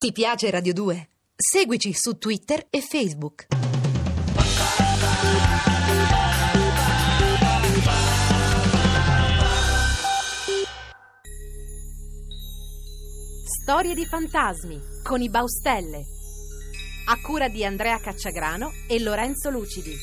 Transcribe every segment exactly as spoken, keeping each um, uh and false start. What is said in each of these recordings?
Ti piace Radio due? Seguici su Twitter e Facebook. Storie di fantasmi con i Baustelle, a cura di Andrea Cacciagrano e Lorenzo Lucidi.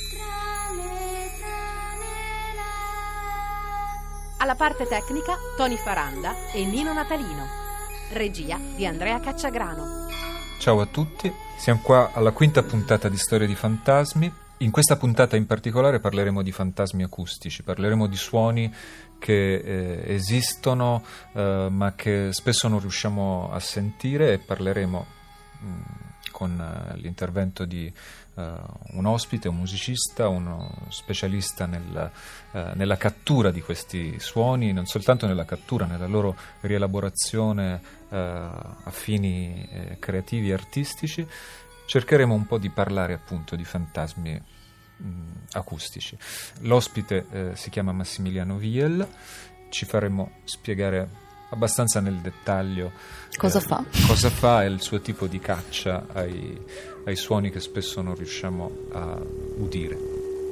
Alla parte tecnica Tony Faranda e Nino Natalino. Regia di Andrea Cacciagrano. Ciao a tutti, siamo qua alla quinta puntata di Storie di fantasmi. In questa puntata in particolare parleremo di fantasmi acustici, parleremo di suoni che eh, esistono eh, ma che spesso non riusciamo a sentire, e parleremo mh, con uh, l'intervento di uh, un ospite, un musicista, uno specialista nel, uh, nella cattura di questi suoni, non soltanto nella cattura, nella loro rielaborazione uh, a fini eh, creativi e artistici. Cercheremo un po' di parlare appunto di fantasmi mh, acustici. L'ospite eh, si chiama Massimiliano Viel, ci faremo spiegare abbastanza nel dettaglio cosa eh, fa cosa fa e il suo tipo di caccia ai, ai suoni che spesso non riusciamo a udire.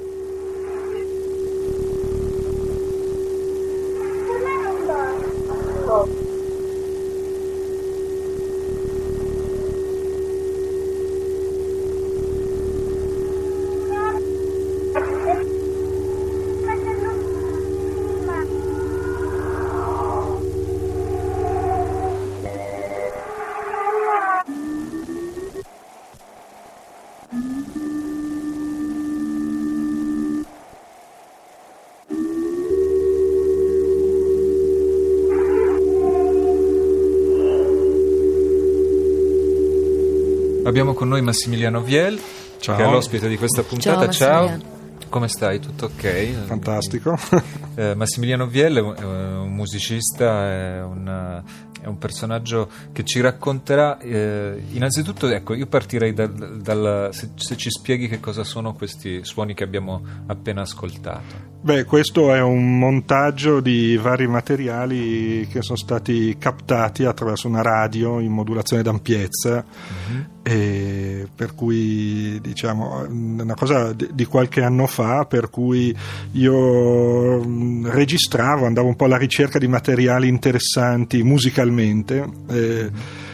Abbiamo con noi Massimiliano Viel, Ciao. Che è l'ospite di questa puntata. Ciao, Ciao, come stai? Tutto ok? Fantastico. Eh, Massimiliano Viel è un, è un musicista, è un, è un personaggio che ci racconterà. Eh, innanzitutto, ecco, io partirei dal, dal se, se ci spieghi che cosa sono questi suoni che abbiamo appena ascoltato. Beh, questo è un montaggio di vari materiali che sono stati captati attraverso una radio in modulazione d'ampiezza, mm-hmm. e per cui, diciamo, una cosa di qualche anno fa, per cui io registravo, andavo un po' alla ricerca di materiali interessanti musicalmente. eh,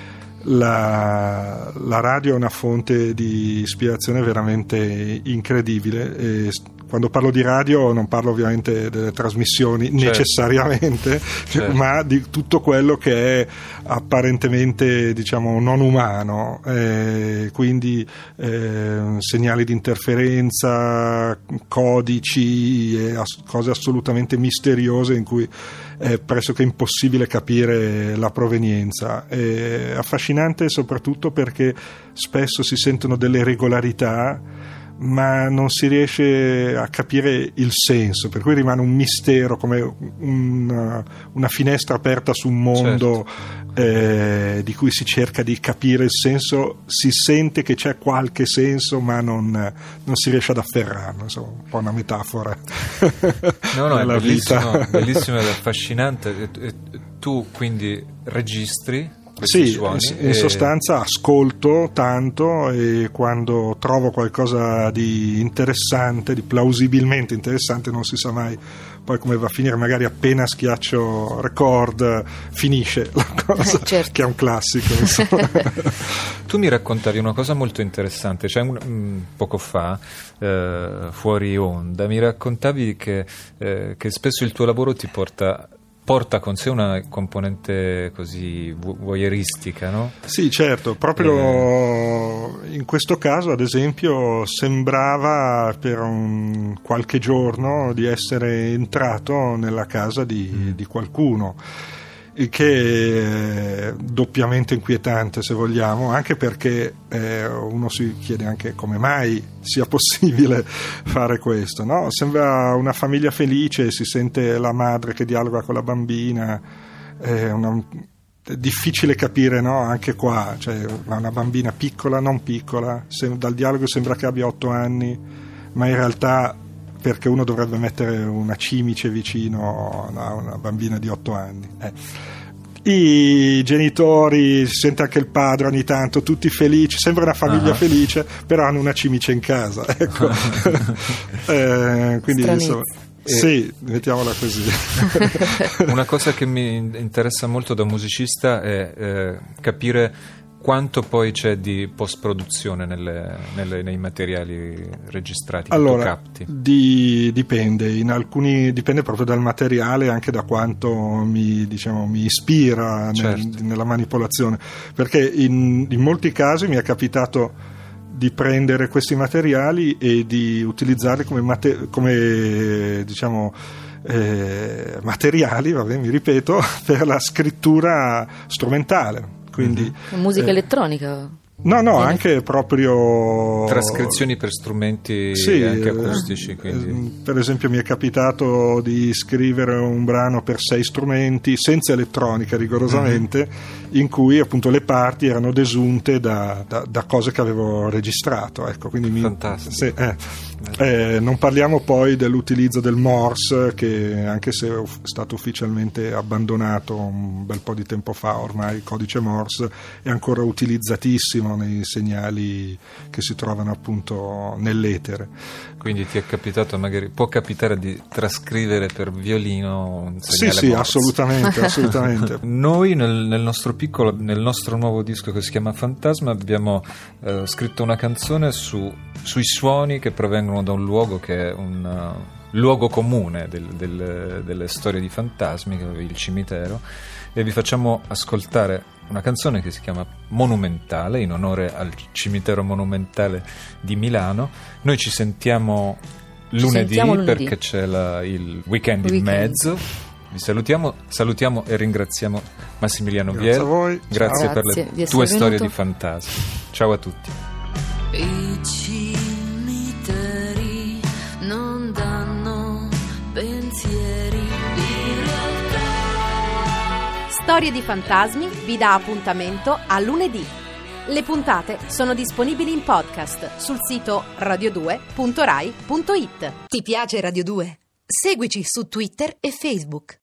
La, la radio è una fonte di ispirazione veramente incredibile, e quando parlo di radio non parlo ovviamente delle trasmissioni, certo, necessariamente, certo, ma di tutto quello che è apparentemente, diciamo, non umano, eh, quindi eh, segnali di interferenza, codici e as- cose assolutamente misteriose in cui è pressoché impossibile capire la provenienza. È affascinante soprattutto perché spesso si sentono delle regolarità ma non si riesce a capire il senso, per cui rimane un mistero, come un, una finestra aperta su un mondo, certo, eh, di cui si cerca di capire il senso. Si sente che c'è qualche senso ma non, non si riesce ad afferrarlo, insomma, un po' una metafora. No, no, è bellissimo, vita. Bellissimo ed affascinante. E, e, tu quindi registri? Sì, suoni, in e... sostanza ascolto tanto, e quando trovo qualcosa di interessante, di plausibilmente interessante, non si sa mai poi come va a finire, magari appena schiaccio record finisce la cosa, eh, certo, che è un classico, insomma. Tu mi raccontavi una cosa molto interessante, cioè un, um, poco fa, eh, fuori onda, mi raccontavi che, eh, che spesso il tuo lavoro ti porta porta con sé una componente così voyeuristica, no? Sì, certo, proprio eh. in questo caso, ad esempio, sembrava per un qualche giorno di essere entrato nella casa di, mm. di qualcuno, il che è doppiamente inquietante, se vogliamo, anche perché eh, uno si chiede anche come mai sia possibile fare questo, no? Sembra una famiglia felice, si sente la madre che dialoga con la bambina, è, una, è difficile capire, no? Anche qua, cioè una bambina piccola, non piccola, sem- dal dialogo sembra che abbia otto anni, ma in realtà, perché uno dovrebbe mettere una cimice vicino a una bambina di otto anni. Eh. i genitori, si sente anche il padre ogni tanto, tutti felici, sembra una famiglia uh-huh. felice, però hanno una cimice in casa, ecco. eh, quindi insomma, E sì, mettiamola così. Una cosa che mi interessa molto da musicista è eh, capire quanto poi c'è di post-produzione nelle, nelle, nei materiali registrati che allora, tu capti. Di, dipende, in alcuni dipende proprio dal materiale, anche da quanto mi, diciamo, mi ispira nel, certo. nella manipolazione, perché in, in molti casi mi è capitato di prendere questi materiali e di utilizzarli come, mate, come diciamo eh, materiali, vabbè, mi ripeto, per la scrittura strumentale. Quindi, mm-hmm. musica eh, elettronica? No, no, Viene... anche proprio trascrizioni per strumenti sì, anche acustici. Quindi. Per esempio mi è capitato di scrivere un brano per sei strumenti senza elettronica rigorosamente, mm-hmm. in cui appunto le parti erano desunte da, da, da cose che avevo registrato. Ecco, quindi mi, fantastico. Se, eh, eh, non parliamo poi dell'utilizzo del Morse, che anche se è stato ufficialmente abbandonato un bel po' di tempo fa, ormai il codice Morse è ancora utilizzatissimo nei segnali che si trovano appunto nell'etere. Quindi ti è capitato, magari può capitare di trascrivere per violino un segnale sì sì Morse. assolutamente assolutamente. Noi nel, nel nostro piccolo nel nostro nuovo disco che si chiama Fantasma abbiamo eh, scritto una canzone su, sui suoni che provengono da un luogo che è un uh, luogo comune del, del, delle storie di fantasmi, che è il cimitero, e vi facciamo ascoltare una canzone che si chiama Monumentale, in onore al cimitero monumentale di Milano. Noi ci sentiamo lunedì, ci sentiamo lunedì. Perché c'è la, il weekend, weekend in mezzo. Vi salutiamo, salutiamo e ringraziamo Massimiliano Grazie Viel. a voi. Grazie Ciao. per Grazie le tue venuto. storie di fantasmi. Ciao a tutti. I cimiteri non danno pensieri di realtà. Storie di fantasmi vi dà appuntamento a lunedì. Le puntate sono disponibili in podcast sul sito radio due punto rai punto it. Ti piace Radio due? Seguici su Twitter e Facebook.